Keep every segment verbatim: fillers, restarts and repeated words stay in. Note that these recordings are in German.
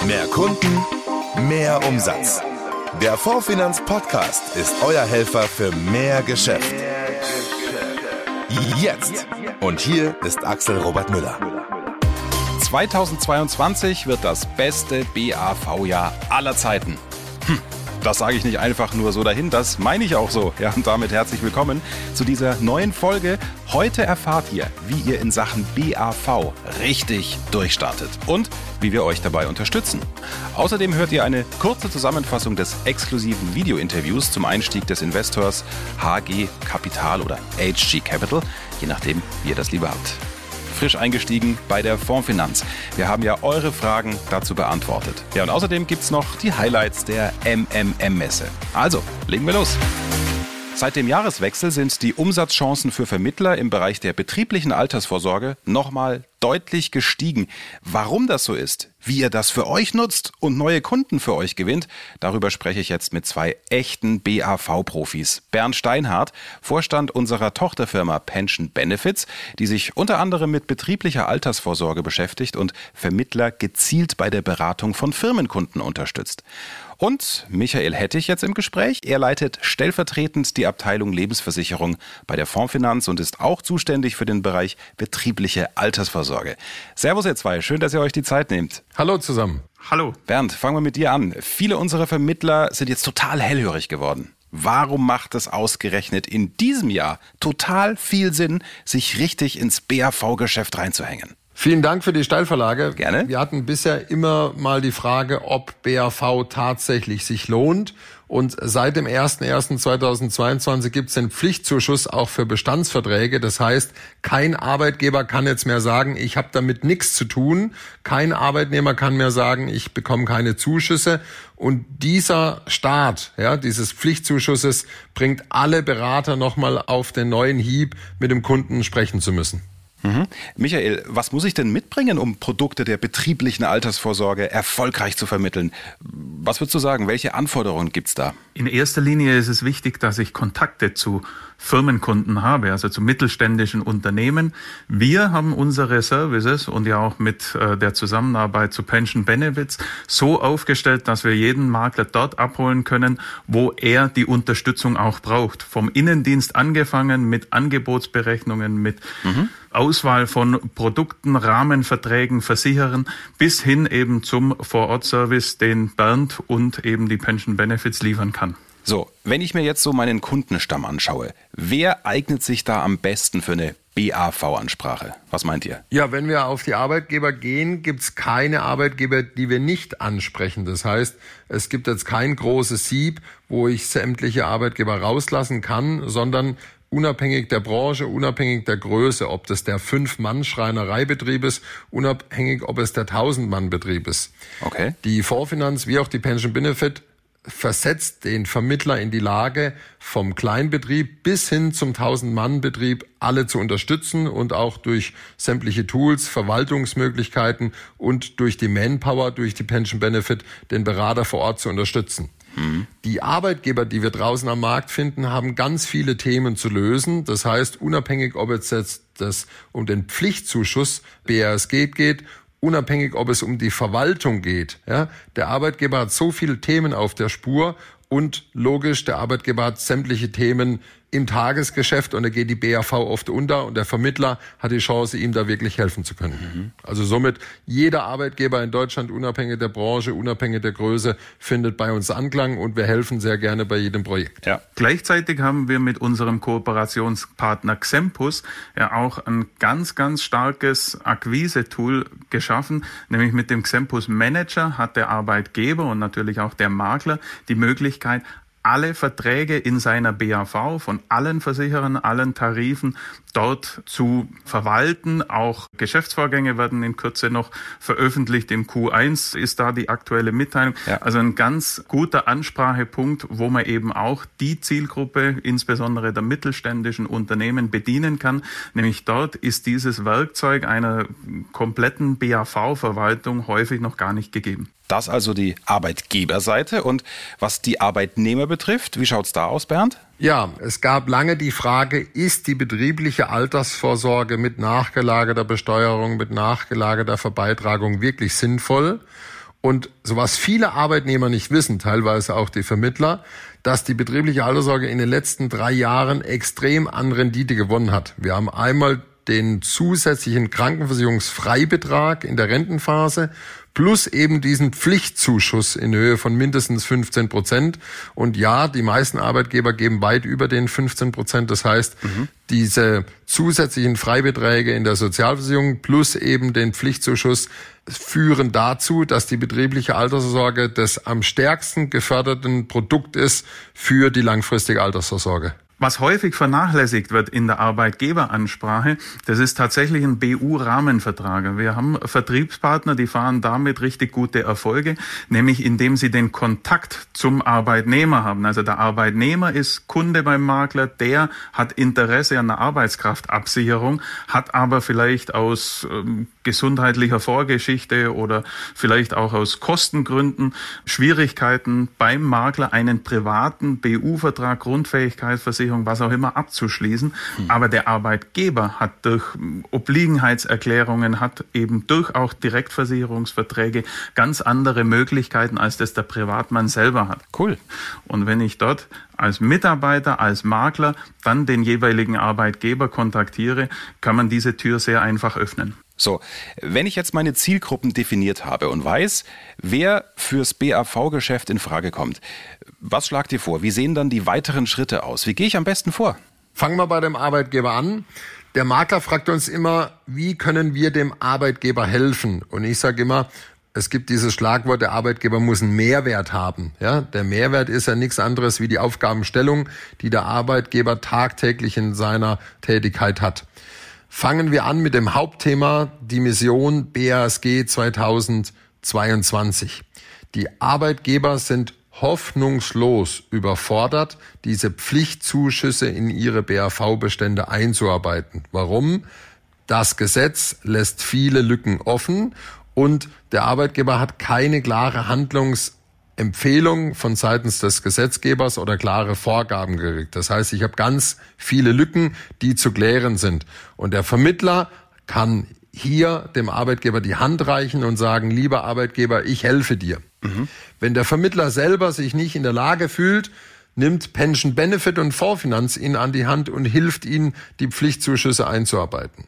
Mehr Kunden, mehr Umsatz. Der Fondsfinanz Podcast ist euer Helfer für mehr Geschäft. Jetzt. Und hier ist Axel Robert Müller. zweitausendzweiundzwanzig wird das beste B A V-Jahr aller Zeiten. Hm. Das sage ich nicht einfach nur so dahin, das meine ich auch so. Ja, und damit herzlich willkommen zu dieser neuen Folge. Heute erfahrt ihr, wie ihr in Sachen B A V richtig durchstartet und wie wir euch dabei unterstützen. Außerdem hört ihr eine kurze Zusammenfassung des exklusiven Videointerviews zum Einstieg des Investors H G Capital oder H G Capital, je nachdem, wie ihr das lieber habt. Frisch eingestiegen bei der Fondsfinanz. Wir haben ja eure Fragen dazu beantwortet. Ja, und außerdem gibt's noch die Highlights der M M M-Messe. Also, legen wir los. Seit dem Jahreswechsel sind die Umsatzchancen für Vermittler im Bereich der betrieblichen Altersvorsorge nochmal deutlich gestiegen. Warum das so ist, wie ihr das für euch nutzt und neue Kunden für euch gewinnt, darüber spreche ich jetzt mit zwei echten B A V-Profis. Bernd Steinhardt, Vorstand unserer Tochterfirma Pension Benefits, die sich unter anderem mit betrieblicher Altersvorsorge beschäftigt und Vermittler gezielt bei der Beratung von Firmenkunden unterstützt. Und Michael Hettich jetzt im Gespräch. Er leitet stellvertretend die Abteilung Lebensversicherung bei der Fondsfinanz und ist auch zuständig für den Bereich betriebliche Altersvorsorge. Servus ihr zwei, schön, dass ihr euch die Zeit nehmt. Hallo zusammen. Hallo. Bernd, fangen wir mit dir an. Viele unserer Vermittler sind jetzt total hellhörig geworden. Warum macht es ausgerechnet in diesem Jahr total viel Sinn, sich richtig ins B A V-Geschäft reinzuhängen? Vielen Dank für die Steilvorlage. Gerne. Wir hatten bisher immer mal die Frage, ob B A V tatsächlich sich lohnt. Und seit dem ersten ersten zweitausendzweiundzwanzig gibt es den Pflichtzuschuss auch für Bestandsverträge. Das heißt, kein Arbeitgeber kann jetzt mehr sagen, ich habe damit nichts zu tun. Kein Arbeitnehmer kann mehr sagen, ich bekomme keine Zuschüsse. Und dieser Start, ja, dieses Pflichtzuschusses bringt alle Berater nochmal auf den neuen Hieb, mit dem Kunden sprechen zu müssen. Mhm. Michael, was muss ich denn mitbringen, um Produkte der betrieblichen Altersvorsorge erfolgreich zu vermitteln? Was würdest du sagen, welche Anforderungen gibt's da? In erster Linie ist es wichtig, dass ich Kontakte zu Firmenkunden habe, also zu mittelständischen Unternehmen. Wir haben unsere Services und ja auch mit äh, der Zusammenarbeit zu Pension Benefits so aufgestellt, dass wir jeden Makler dort abholen können, wo er die Unterstützung auch braucht. Vom Innendienst angefangen mit Angebotsberechnungen, mit mhm. Auswahl von Produkten, Rahmenverträgen, Versicherern bis hin eben zum Vor-Ort-Service, den Bernd und eben die Pension Benefits liefern kann. So, wenn ich mir jetzt so meinen Kundenstamm anschaue, wer eignet sich da am besten für eine B A V-Ansprache? Was meint ihr? Ja, wenn wir auf die Arbeitgeber gehen, gibt's keine Arbeitgeber, die wir nicht ansprechen. Das heißt, es gibt jetzt kein großes Sieb, wo ich sämtliche Arbeitgeber rauslassen kann, sondern unabhängig der Branche, unabhängig der Größe, ob das der Fünf-Mann-Schreinereibetrieb ist, unabhängig, ob es der Tausend-Mann-Betrieb ist. Okay. Die Fondsfinanz wie auch die Pension Benefit versetzt den Vermittler in die Lage, vom Kleinbetrieb bis hin zum Tausend-Mann-Betrieb alle zu unterstützen und auch durch sämtliche Tools, Verwaltungsmöglichkeiten und durch die Manpower, durch die Pension Benefit den Berater vor Ort zu unterstützen. Mhm. Die Arbeitgeber, die wir draußen am Markt finden, haben ganz viele Themen zu lösen. Das heißt, unabhängig, ob es jetzt das um den Pflichtzuschuss B R S G geht, unabhängig, ob es um die Verwaltung geht. Ja, der Arbeitgeber hat so viele Themen auf der Spur und logisch, der Arbeitgeber hat sämtliche Themen im Tagesgeschäft und da geht die B A V oft unter und der Vermittler hat die Chance, ihm da wirklich helfen zu können. Mhm. Also somit jeder Arbeitgeber in Deutschland, unabhängig der Branche, unabhängig der Größe, findet bei uns Anklang und wir helfen sehr gerne bei jedem Projekt. Ja. Gleichzeitig haben wir mit unserem Kooperationspartner Xempus ja auch ein ganz, ganz starkes Akquise-Tool geschaffen, nämlich mit dem Xempus Manager hat der Arbeitgeber und natürlich auch der Makler die Möglichkeit, alle Verträge in seiner B A V von allen Versicherern, allen Tarifen dort zu verwalten. Auch Geschäftsvorgänge werden in Kürze noch veröffentlicht. Im Q eins ist da die aktuelle Mitteilung. Ja. Also ein ganz guter Ansprachepunkt, wo man eben auch die Zielgruppe, insbesondere der mittelständischen Unternehmen, bedienen kann. Nämlich dort ist dieses Werkzeug einer kompletten B A V-Verwaltung häufig noch gar nicht gegeben. Das also die Arbeitgeberseite. Und was die Arbeitnehmer betrifft, wie schaut's da aus, Bernd? Ja, es gab lange die Frage, ist die betriebliche Altersvorsorge mit nachgelagerter Besteuerung, mit nachgelagerter Verbeitragung wirklich sinnvoll? Und so was viele Arbeitnehmer nicht wissen, teilweise auch die Vermittler, dass die betriebliche Altersvorsorge in den letzten drei Jahren extrem an Rendite gewonnen hat. Wir haben einmal den zusätzlichen Krankenversicherungsfreibetrag in der Rentenphase plus eben diesen Pflichtzuschuss in Höhe von mindestens fünfzehn Prozent. Und ja, die meisten Arbeitgeber geben weit über den fünfzehn Prozent. Das heißt, mhm. diese zusätzlichen Freibeträge in der Sozialversicherung plus eben den Pflichtzuschuss führen dazu, dass die betriebliche Altersvorsorge das am stärksten geförderten Produkt ist für die langfristige Altersvorsorge. Was häufig vernachlässigt wird in der Arbeitgeberansprache, das ist tatsächlich ein B U-Rahmenvertrag. Wir haben Vertriebspartner, die fahren damit richtig gute Erfolge, nämlich indem sie den Kontakt zum Arbeitnehmer haben. Also der Arbeitnehmer ist Kunde beim Makler, der hat Interesse an einer Arbeitskraftabsicherung, hat aber vielleicht aus ähm, gesundheitlicher Vorgeschichte oder vielleicht auch aus Kostengründen Schwierigkeiten beim Makler einen privaten B U-Vertrag, Grundfähigkeitsversicherung, was auch immer abzuschließen. Hm. Aber der Arbeitgeber hat durch Obliegenheitserklärungen, hat eben durch auch Direktversicherungsverträge ganz andere Möglichkeiten, als das der Privatmann selber hat. Cool. Und wenn ich dort als Mitarbeiter, als Makler dann den jeweiligen Arbeitgeber kontaktiere, kann man diese Tür sehr einfach öffnen. So, wenn ich jetzt meine Zielgruppen definiert habe und weiß, wer fürs B A V-Geschäft in Frage kommt, was schlagt ihr vor? Wie sehen dann die weiteren Schritte aus? Wie gehe ich am besten vor? Fangen wir bei dem Arbeitgeber an. Der Makler fragt uns immer, wie können wir dem Arbeitgeber helfen? Und ich sage immer, es gibt dieses Schlagwort, der Arbeitgeber muss einen Mehrwert haben. Ja, der Mehrwert ist ja nichts anderes wie die Aufgabenstellung, die der Arbeitgeber tagtäglich in seiner Tätigkeit hat. Fangen wir an mit dem Hauptthema, die Mission B A S G zweitausendzweiundzwanzig. Die Arbeitgeber sind hoffnungslos überfordert, diese Pflichtzuschüsse in ihre B A V-Bestände einzuarbeiten. Warum? Das Gesetz lässt viele Lücken offen und der Arbeitgeber hat keine klare Handlungsempfehlung von seitens des Gesetzgebers oder klare Vorgaben gekriegt. Das heißt, ich habe ganz viele Lücken, die zu klären sind. Und der Vermittler kann hier dem Arbeitgeber die Hand reichen und sagen, lieber Arbeitgeber, ich helfe dir. Mhm. Wenn der Vermittler selber sich nicht in der Lage fühlt, nimmt Pension Benefit und Fondsfinanz ihn an die Hand und hilft ihnen, die Pflichtzuschüsse einzuarbeiten.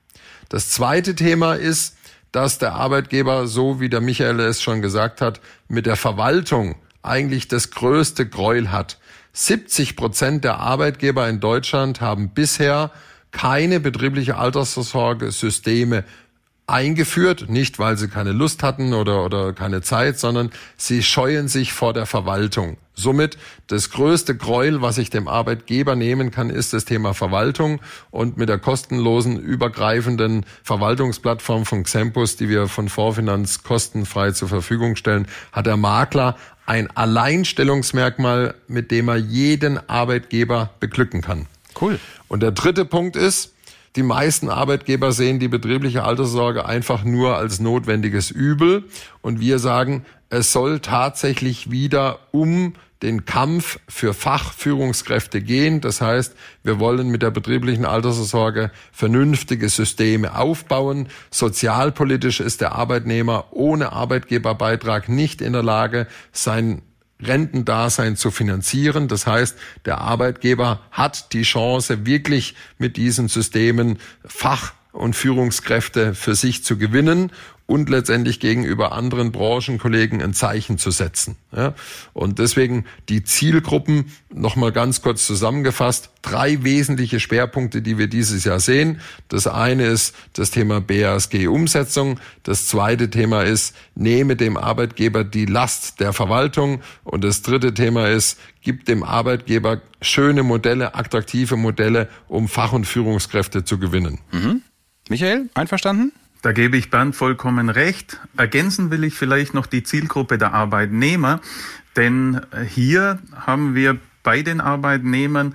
Das zweite Thema ist, dass der Arbeitgeber, so wie der Michael es schon gesagt hat, mit der Verwaltung eigentlich das größte Gräuel hat. siebzig Prozent der Arbeitgeber in Deutschland haben bisher keine betriebliche Altersvorsorgesysteme eingeführt, nicht weil sie keine Lust hatten oder, oder keine Zeit, sondern sie scheuen sich vor der Verwaltung. Somit das größte Gräuel, was ich dem Arbeitgeber nehmen kann, ist das Thema Verwaltung. Und mit der kostenlosen, übergreifenden Verwaltungsplattform von Xempus, die wir von Fondsfinanz kostenfrei zur Verfügung stellen, hat der Makler ein Alleinstellungsmerkmal, mit dem er jeden Arbeitgeber beglücken kann. Cool. Und der dritte Punkt ist, die meisten Arbeitgeber sehen die betriebliche Altersvorsorge einfach nur als notwendiges Übel. Und wir sagen, es soll tatsächlich wieder um den Kampf für Fachführungskräfte gehen. Das heißt, wir wollen mit der betrieblichen Altersvorsorge vernünftige Systeme aufbauen. Sozialpolitisch ist der Arbeitnehmer ohne Arbeitgeberbeitrag nicht in der Lage, sein Rentendasein zu finanzieren. Das heißt, der Arbeitgeber hat die Chance, wirklich mit diesen Systemen Fach- und Führungskräfte für sich zu gewinnen und letztendlich gegenüber anderen Branchenkollegen ein Zeichen zu setzen. Ja, und deswegen die Zielgruppen, nochmal ganz kurz zusammengefasst, drei wesentliche Schwerpunkte, die wir dieses Jahr sehen. Das eine ist das Thema B A S G-Umsetzung. Das zweite Thema ist, nehme dem Arbeitgeber die Last der Verwaltung. Und das dritte Thema ist, gib dem Arbeitgeber schöne Modelle, attraktive Modelle, um Fach- und Führungskräfte zu gewinnen. Mhm. Michael, einverstanden? Da gebe ich Bernd vollkommen recht. Ergänzen will ich vielleicht noch die Zielgruppe der Arbeitnehmer, denn hier haben wir bei den Arbeitnehmern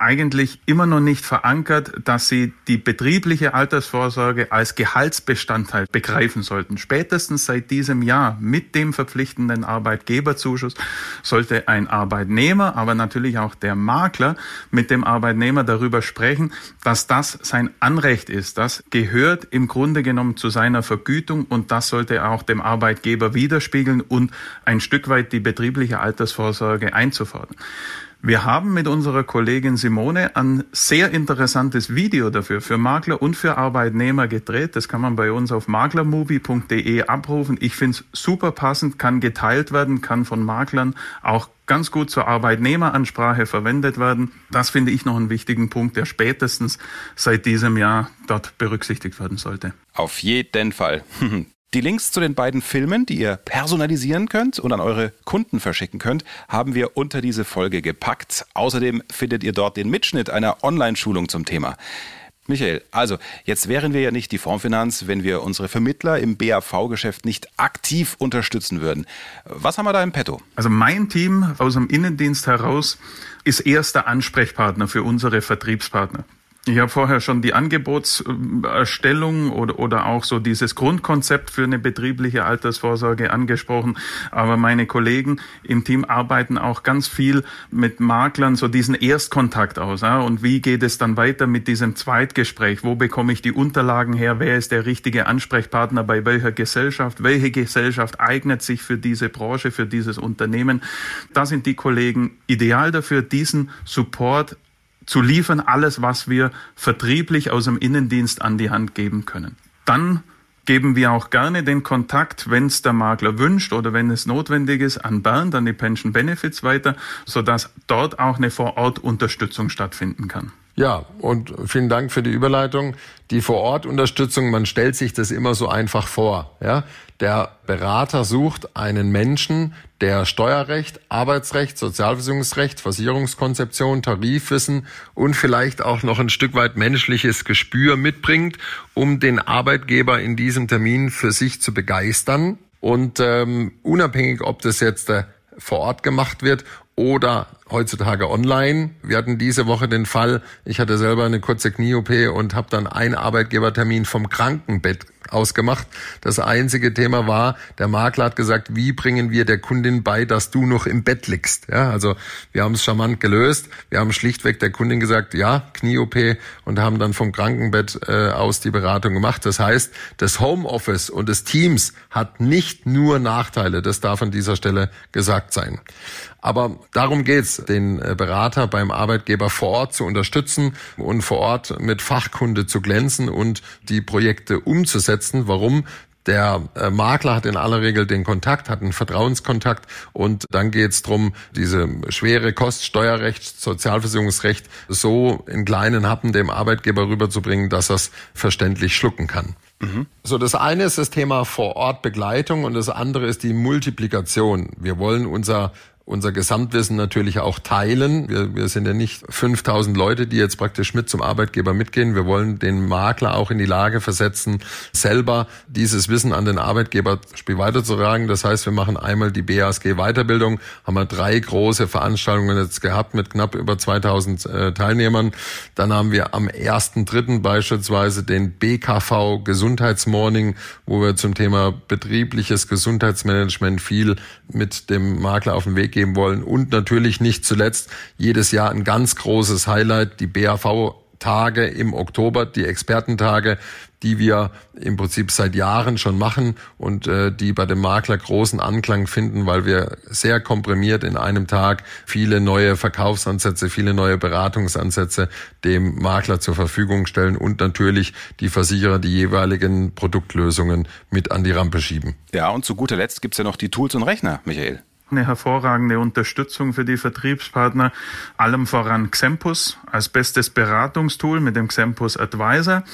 eigentlich immer noch nicht verankert, dass sie die betriebliche Altersvorsorge als Gehaltsbestandteil begreifen sollten. Spätestens seit diesem Jahr mit dem verpflichtenden Arbeitgeberzuschuss sollte ein Arbeitnehmer, aber natürlich auch der Makler mit dem Arbeitnehmer darüber sprechen, dass das sein Anrecht ist. Das gehört im Grunde genommen zu seiner Vergütung und das sollte auch dem Arbeitgeber widerspiegeln und ein Stück weit die betriebliche Altersvorsorge einzufordern. Wir haben mit unserer Kollegin Simone ein sehr interessantes Video dafür, für Makler und für Arbeitnehmer gedreht. Das kann man bei uns auf maklermovie punkt de abrufen. Ich finde es super passend, kann geteilt werden, kann von Maklern auch ganz gut zur Arbeitnehmeransprache verwendet werden. Das finde ich noch einen wichtigen Punkt, der spätestens seit diesem Jahr dort berücksichtigt werden sollte. Auf jeden Fall. Die Links zu den beiden Filmen, die ihr personalisieren könnt und an eure Kunden verschicken könnt, haben wir unter diese Folge gepackt. Außerdem findet ihr dort den Mitschnitt einer Online-Schulung zum Thema. Michael, also jetzt wären wir ja nicht die Fondsfinanz, wenn wir unsere Vermittler im B A V-Geschäft nicht aktiv unterstützen würden. Was haben wir da im Petto? Also mein Team aus dem Innendienst heraus ist erster Ansprechpartner für unsere Vertriebspartner. Ich habe vorher schon die Angebotserstellung oder, oder auch so dieses Grundkonzept für eine betriebliche Altersvorsorge angesprochen. Aber meine Kollegen im Team arbeiten auch ganz viel mit Maklern so diesen Erstkontakt aus. Ja? Und wie geht es dann weiter mit diesem Zweitgespräch? Wo bekomme ich die Unterlagen her? Wer ist der richtige Ansprechpartner bei welcher Gesellschaft? Welche Gesellschaft eignet sich für diese Branche, für dieses Unternehmen? Da sind die Kollegen ideal dafür, diesen Support zu liefern, alles, was wir vertrieblich aus dem Innendienst an die Hand geben können. Dann geben wir auch gerne den Kontakt, wenn es der Makler wünscht oder wenn es notwendig ist, an Bernd, an die Pension Benefits weiter, sodass dort auch eine Vor-Ort-Unterstützung stattfinden kann. Ja, und vielen Dank für die Überleitung. Die Vor-Ort-Unterstützung, man stellt sich das immer so einfach vor. Ja? Der Berater sucht einen Menschen, der Steuerrecht, Arbeitsrecht, Sozialversicherungsrecht, Versicherungskonzeption, Tarifwissen und vielleicht auch noch ein Stück weit menschliches Gespür mitbringt, um den Arbeitgeber in diesem Termin für sich zu begeistern. Und ähm, unabhängig, ob das jetzt äh, vor Ort gemacht wird oder heutzutage online. Wir hatten diese Woche den Fall, ich hatte selber eine kurze Knie-O P und habe dann einen Arbeitgebertermin vom Krankenbett ausgemacht. Das einzige Thema war, der Makler hat gesagt, wie bringen wir der Kundin bei, dass du noch im Bett liegst? Ja, also wir haben es charmant gelöst. Wir haben schlichtweg der Kundin gesagt, ja, Knie-O P und haben dann vom Krankenbett äh, aus die Beratung gemacht. Das heißt, das Homeoffice und das Teams hat nicht nur Nachteile. Das darf an dieser Stelle gesagt sein. Aber darum geht's, den Berater beim Arbeitgeber vor Ort zu unterstützen und vor Ort mit Fachkunde zu glänzen und die Projekte umzusetzen. Warum? Der Makler hat in aller Regel den Kontakt, hat einen Vertrauenskontakt und dann geht's drum, diese schwere Kost, Steuerrecht, Sozialversicherungsrecht so in kleinen Happen dem Arbeitgeber rüberzubringen, dass er es verständlich schlucken kann. Mhm. So, das eine ist das Thema Vor-Ort-Begleitung und das andere ist die Multiplikation. Wir wollen unser unser Gesamtwissen natürlich auch teilen. Wir, wir sind ja nicht fünftausend Leute, die jetzt praktisch mit zum Arbeitgeber mitgehen. Wir wollen den Makler auch in die Lage versetzen, selber dieses Wissen an den Arbeitgeber weiterzutragen. Das heißt, wir machen einmal die B A S G-Weiterbildung, haben wir drei große Veranstaltungen jetzt gehabt mit knapp über zweitausend äh, Teilnehmern. Dann haben wir am ersten dritten beispielsweise den B K V-Gesundheitsmorning, wo wir zum Thema betriebliches Gesundheitsmanagement viel mit dem Makler auf den Weg geben wollen und natürlich nicht zuletzt jedes Jahr ein ganz großes Highlight, die B A V-Tage im Oktober, die Expertentage, die wir im Prinzip seit Jahren schon machen und äh, die bei dem Makler großen Anklang finden, weil wir sehr komprimiert in einem Tag viele neue Verkaufsansätze, viele neue Beratungsansätze dem Makler zur Verfügung stellen und natürlich die Versicherer die jeweiligen Produktlösungen mit an die Rampe schieben. Ja, und zu guter Letzt gibt's ja noch die Tools und Rechner, Michael. Eine hervorragende Unterstützung für die Vertriebspartner, allem voran Xempus als bestes Beratungstool mit dem Xempus Advisor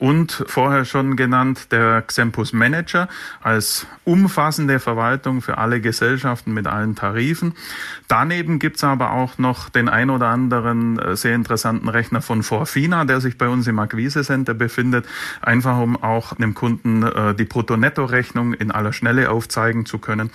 und vorher schon genannt der Xempus Manager als umfassende Verwaltung für alle Gesellschaften mit allen Tarifen. Daneben gibt's aber auch noch den ein oder anderen sehr interessanten Rechner von Forfina, der sich bei uns im Akquise-Center befindet, einfach um auch dem Kunden äh, die Brutto-Netto-Rechnung in aller Schnelle aufzeigen zu können.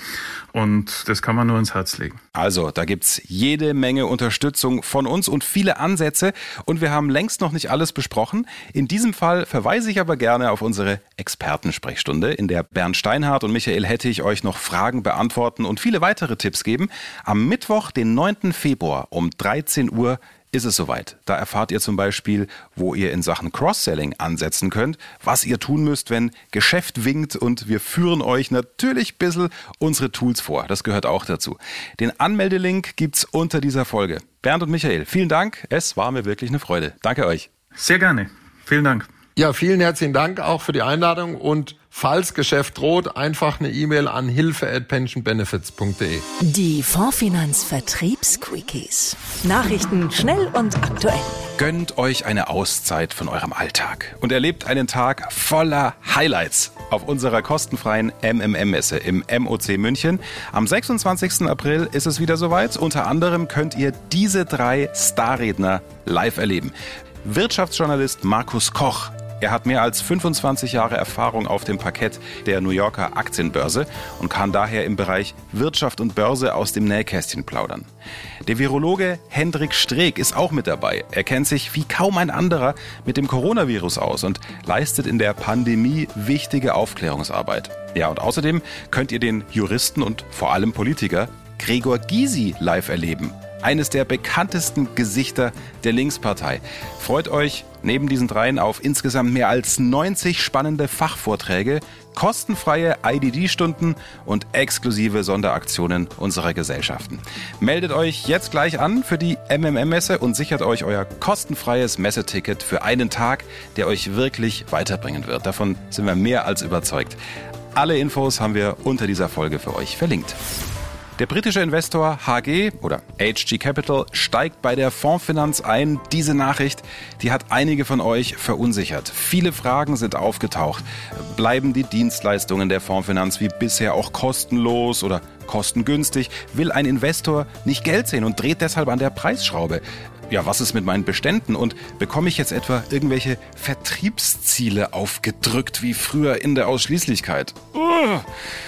Und das kann man nur ins Herz legen. Also, da gibt's jede Menge Unterstützung von uns und viele Ansätze. Und wir haben längst noch nicht alles besprochen. In diesem Fall verweise ich aber gerne auf unsere Expertensprechstunde, in der Bernd Steinhardt und Michael Hettich euch noch Fragen beantworten und viele weitere Tipps geben. Am Mittwoch, den neunten Februar um dreizehn Uhr ist es soweit. Da erfahrt ihr zum Beispiel, wo ihr in Sachen Cross-Selling ansetzen könnt, was ihr tun müsst, wenn Geschäft winkt, und wir führen euch natürlich ein bisschen unsere Tools vor. Das gehört auch dazu. Den Anmeldelink gibt's unter dieser Folge. Bernd und Michael, vielen Dank. Es war mir wirklich eine Freude. Danke euch. Sehr gerne. Vielen Dank. Ja, vielen herzlichen Dank auch für die Einladung, und falls Geschäft droht, einfach eine E-Mail an hilfe at pensionbenefits punkt de. Die Fondsfinanz Vertriebsquickies. Nachrichten schnell und aktuell. Gönnt euch eine Auszeit von eurem Alltag und erlebt einen Tag voller Highlights auf unserer kostenfreien M M M-Messe im M O C München. Am sechsundzwanzigsten April ist es wieder soweit. Unter anderem könnt ihr diese drei Starredner live erleben. Wirtschaftsjournalist Markus Koch. Er hat mehr als fünfundzwanzig Jahre Erfahrung auf dem Parkett der New Yorker Aktienbörse und kann daher im Bereich Wirtschaft und Börse aus dem Nähkästchen plaudern. Der Virologe Hendrik Streeck ist auch mit dabei. Er kennt sich wie kaum ein anderer mit dem Coronavirus aus und leistet in der Pandemie wichtige Aufklärungsarbeit. Ja, und außerdem könnt ihr den Juristen und vor allem Politiker Gregor Gysi live erleben. Eines der bekanntesten Gesichter der Linkspartei. Freut euch neben diesen dreien auf insgesamt mehr als neunzig spannende Fachvorträge, kostenfreie I D D-Stunden und exklusive Sonderaktionen unserer Gesellschaften. Meldet euch jetzt gleich an für die M M M-Messe und sichert euch euer kostenfreies Messeticket für einen Tag, der euch wirklich weiterbringen wird. Davon sind wir mehr als überzeugt. Alle Infos haben wir unter dieser Folge für euch verlinkt. Der britische Investor H G oder H G Capital steigt bei der Fondsfinanz ein. Diese Nachricht, die hat einige von euch verunsichert. Viele Fragen sind aufgetaucht. Bleiben die Dienstleistungen der Fondsfinanz wie bisher auch kostenlos oder kostengünstig? Will ein Investor nicht Geld sehen und dreht deshalb an der Preisschraube? Ja, was ist mit meinen Beständen, und bekomme ich jetzt etwa irgendwelche Vertriebsziele aufgedrückt wie früher in der Ausschließlichkeit? Uh.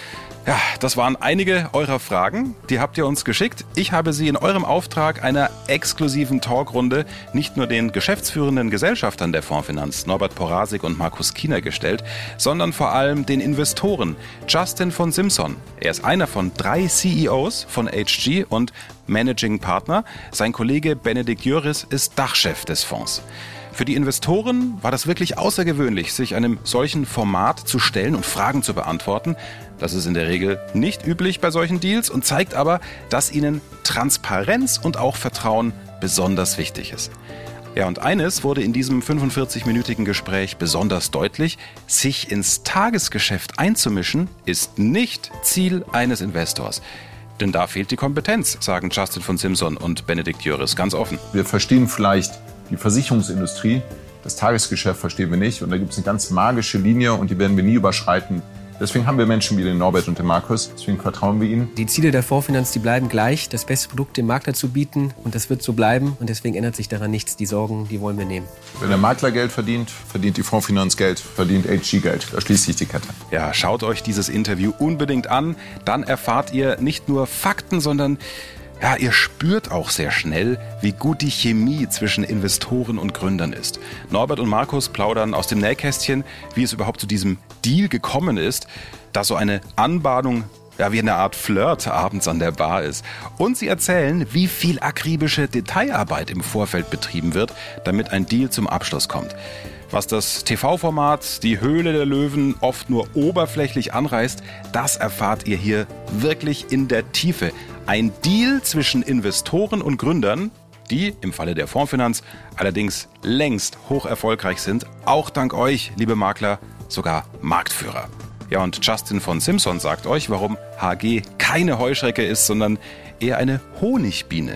Ja, das waren einige eurer Fragen, die habt ihr uns geschickt. Ich habe sie in eurem Auftrag einer exklusiven Talkrunde nicht nur den geschäftsführenden Gesellschaftern der Fondsfinanz, Norbert Porasik und Markus Kiener, gestellt, sondern vor allem den Investoren, Justin von Simson. Er ist einer von drei C E Os von H G und Managing Partner. Sein Kollege Benedikt Jöris ist Dachchef des Fonds. Für die Investoren war das wirklich außergewöhnlich, sich einem solchen Format zu stellen und Fragen zu beantworten. Das ist in der Regel nicht üblich bei solchen Deals und zeigt aber, dass ihnen Transparenz und auch Vertrauen besonders wichtig ist. Ja, und eines wurde in diesem fünfundvierzig-minütigen Gespräch besonders deutlich: Sich ins Tagesgeschäft einzumischen, ist nicht Ziel eines Investors. Denn da fehlt die Kompetenz, sagen Justin von Simson und Benedikt Jöris ganz offen. Wir verstehen vielleicht die Versicherungsindustrie, das Tagesgeschäft verstehen wir nicht. Und da gibt es eine ganz magische Linie und die werden wir nie überschreiten. Deswegen haben wir Menschen wie den Norbert und den Markus, deswegen vertrauen wir ihnen. Die Ziele der Fondsfinanz, die bleiben gleich, das beste Produkt dem Makler zu bieten, und das wird so bleiben, und deswegen ändert sich daran nichts. Die Sorgen, die wollen wir nehmen. Wenn der Makler Geld verdient, verdient die Fondsfinanz Geld, verdient H G Geld. Da schließt sich die Kette. Ja, schaut euch dieses Interview unbedingt an, dann erfahrt ihr nicht nur Fakten, sondern ja, ihr spürt auch sehr schnell, wie gut die Chemie zwischen Investoren und Gründern ist. Norbert und Markus plaudern aus dem Nähkästchen, wie es überhaupt zu diesem Deal gekommen ist, dass so eine Anbahnung ja wie eine Art Flirt abends an der Bar ist. Und sie erzählen, wie viel akribische Detailarbeit im Vorfeld betrieben wird, damit ein Deal zum Abschluss kommt. Was das T V-Format Die Höhle der Löwen oft nur oberflächlich anreißt, das erfahrt ihr hier wirklich in der Tiefe. Ein Deal zwischen Investoren und Gründern, die im Falle der Fondsfinanz allerdings längst hoch erfolgreich sind, auch dank euch, liebe Makler, sogar Marktführer. Ja, und Justin von Simson sagt euch, warum H G keine Heuschrecke ist, sondern eher eine Honigbiene.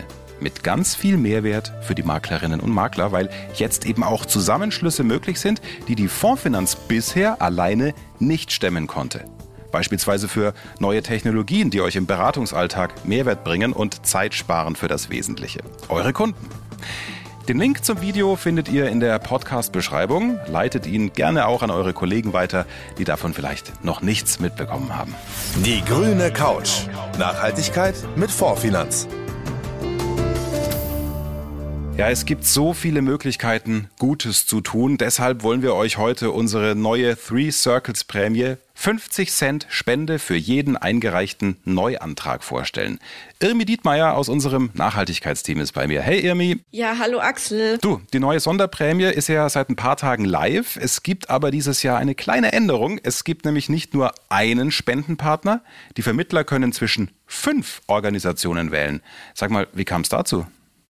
mit ganz viel Mehrwert für die Maklerinnen und Makler, weil jetzt eben auch Zusammenschlüsse möglich sind, die die Fondsfinanz bisher alleine nicht stemmen konnte. Beispielsweise für neue Technologien, die euch im Beratungsalltag Mehrwert bringen und Zeit sparen für das Wesentliche. Eure Kunden. Den Link zum Video findet ihr in der Podcast-Beschreibung. Leitet ihn gerne auch an eure Kollegen weiter, die davon vielleicht noch nichts mitbekommen haben. Die grüne Couch. Nachhaltigkeit mit Fondsfinanz. Ja, es gibt so viele Möglichkeiten, Gutes zu tun. Deshalb wollen wir euch heute unsere neue Three Circles Prämie fünfzig Cent Spende für jeden eingereichten Neuantrag vorstellen. Irmi Dietmeier aus unserem Nachhaltigkeitsteam ist bei mir. Hey Irmi. Ja, hallo Axel. Du, die neue Sonderprämie ist ja seit ein paar Tagen live. Es gibt aber dieses Jahr eine kleine Änderung. Es gibt nämlich nicht nur einen Spendenpartner. Die Vermittler können zwischen fünf Organisationen wählen. Sag mal, wie kam es dazu?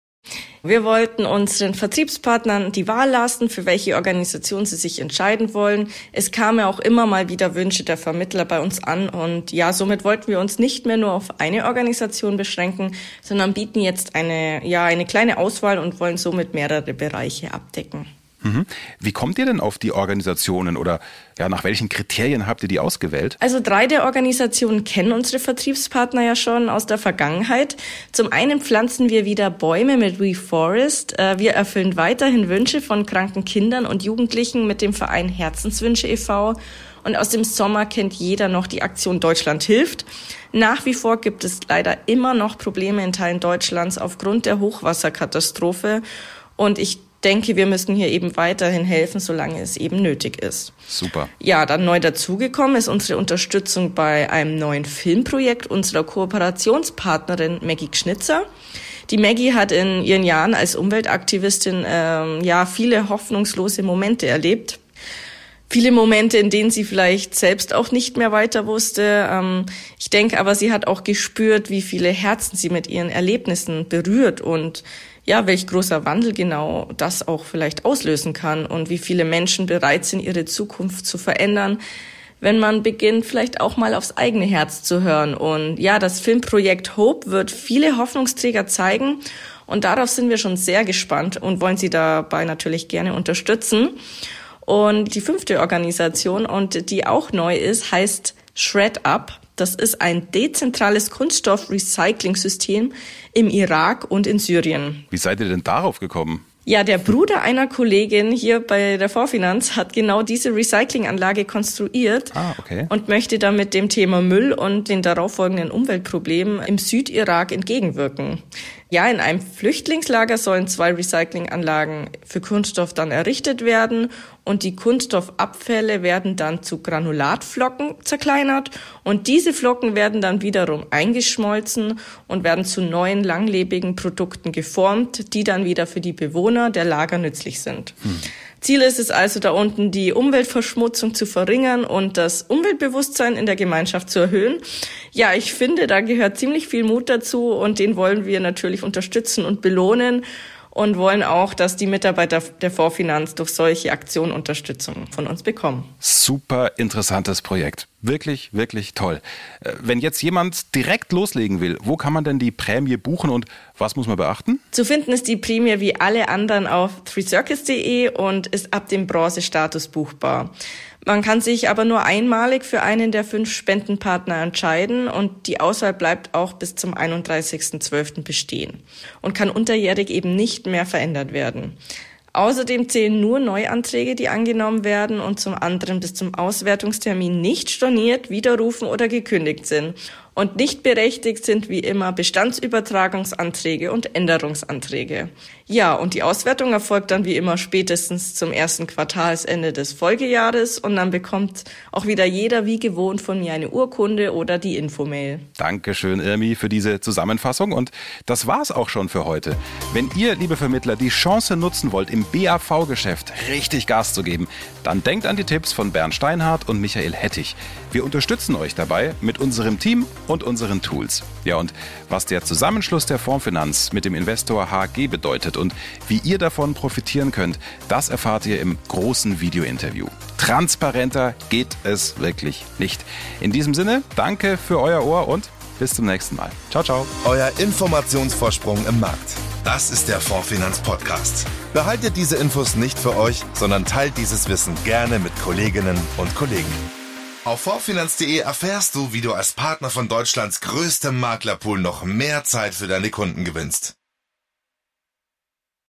Wir wollten unseren Vertriebspartnern die Wahl lassen, für welche Organisation sie sich entscheiden wollen. Es kamen auch immer mal wieder Wünsche der Vermittler bei uns an und ja, somit wollten wir uns nicht mehr nur auf eine Organisation beschränken, sondern bieten jetzt eine, ja, eine kleine Auswahl und wollen somit mehrere Bereiche abdecken. Mhm. Wie kommt ihr denn auf die Organisationen oder ja, nach welchen Kriterien habt ihr die ausgewählt? Also drei der Organisationen kennen unsere Vertriebspartner ja schon aus der Vergangenheit. Zum einen pflanzen wir wieder Bäume mit WeForest. Wir erfüllen weiterhin Wünsche von kranken Kindern und Jugendlichen mit dem Verein Herzenswünsche e V. Und aus dem Sommer kennt jeder noch die Aktion Deutschland hilft. Nach wie vor gibt es leider immer noch Probleme in Teilen Deutschlands aufgrund der Hochwasserkatastrophe. Und ich denke, wir müssen hier eben weiterhin helfen, solange es eben nötig ist. Super. Ja, dann neu dazugekommen ist unsere Unterstützung bei einem neuen Filmprojekt unserer Kooperationspartnerin Maggie Schnitzer. Die Maggie hat in ihren Jahren als Umweltaktivistin ähm, ja viele hoffnungslose Momente erlebt. Viele Momente, in denen sie vielleicht selbst auch nicht mehr weiter wusste. Ähm, ich denke aber, sie hat auch gespürt, wie viele Herzen sie mit ihren Erlebnissen berührt und ja, welch großer Wandel genau das auch vielleicht auslösen kann und wie viele Menschen bereit sind, ihre Zukunft zu verändern, wenn man beginnt, vielleicht auch mal aufs eigene Herz zu hören. Und ja, das Filmprojekt Hope wird viele Hoffnungsträger zeigen und darauf sind wir schon sehr gespannt und wollen Sie dabei natürlich gerne unterstützen. Und die fünfte Organisation, und die auch neu ist, heißt Shred Up. Das ist ein dezentrales Kunststoff-Recycling-System im Irak und in Syrien. Wie seid ihr denn darauf gekommen? Ja, der Bruder einer Kollegin hier bei der Fondsfinanz hat genau diese Recyclinganlage konstruiert ah, okay. und möchte damit dem Thema Müll und den darauffolgenden Umweltproblemen im Südirak entgegenwirken. Ja, in einem Flüchtlingslager sollen zwei Recyclinganlagen für Kunststoff dann errichtet werden und die Kunststoffabfälle werden dann zu Granulatflocken zerkleinert und diese Flocken werden dann wiederum eingeschmolzen und werden zu neuen langlebigen Produkten geformt, die dann wieder für die Bewohner der Lager nützlich sind. Hm. Ziel ist es also da unten, die Umweltverschmutzung zu verringern und das Umweltbewusstsein in der Gemeinschaft zu erhöhen. Ja, ich finde, da gehört ziemlich viel Mut dazu und den wollen wir natürlich unterstützen und belohnen und wollen auch, dass die Mitarbeiter der Fondsfinanz durch solche Aktionen Unterstützung von uns bekommen. Super interessantes Projekt. Wirklich, wirklich toll. Wenn jetzt jemand direkt loslegen will, wo kann man denn die Prämie buchen und was muss man beachten? Zu finden ist die Prämie wie alle anderen auf three circles punkt de und ist ab dem Bronze-Status buchbar. Man kann sich aber nur einmalig für einen der fünf Spendenpartner entscheiden und die Auswahl bleibt auch bis zum einunddreißigsten zwölften bestehen und kann unterjährig eben nicht mehr verändert werden. Außerdem zählen nur Neuanträge, die angenommen werden und zum anderen bis zum Auswertungstermin nicht storniert, widerrufen oder gekündigt sind. Und nicht berechtigt sind wie immer Bestandsübertragungsanträge und Änderungsanträge. Ja, und die Auswertung erfolgt dann wie immer spätestens zum ersten Quartalsende des Folgejahres und dann bekommt auch wieder jeder wie gewohnt von mir eine Urkunde oder die Infomail. Dankeschön, Irmi, für diese Zusammenfassung und das war's auch schon für heute. Wenn ihr, liebe Vermittler, die Chance nutzen wollt, im B A V-Geschäft richtig Gas zu geben, dann denkt an die Tipps von Bernd Steinhardt und Michael Hettich. Wir unterstützen euch dabei mit unserem Team und unseren Tools. Ja, und was der Zusammenschluss der Fondsfinanz mit dem Investor H G bedeutet und wie ihr davon profitieren könnt, das erfahrt ihr im großen Video-Interview. Transparenter geht es wirklich nicht. In diesem Sinne, danke für euer Ohr und Bis zum nächsten Mal. Ciao, ciao. Euer Informationsvorsprung im Markt. Das ist der Fondsfinanz-Podcast. Behaltet diese Infos nicht für euch, sondern teilt dieses Wissen gerne mit Kolleginnen und Kollegen. Auf fondsfinanz punkt de erfährst du, wie du als Partner von Deutschlands größtem Maklerpool noch mehr Zeit für deine Kunden gewinnst.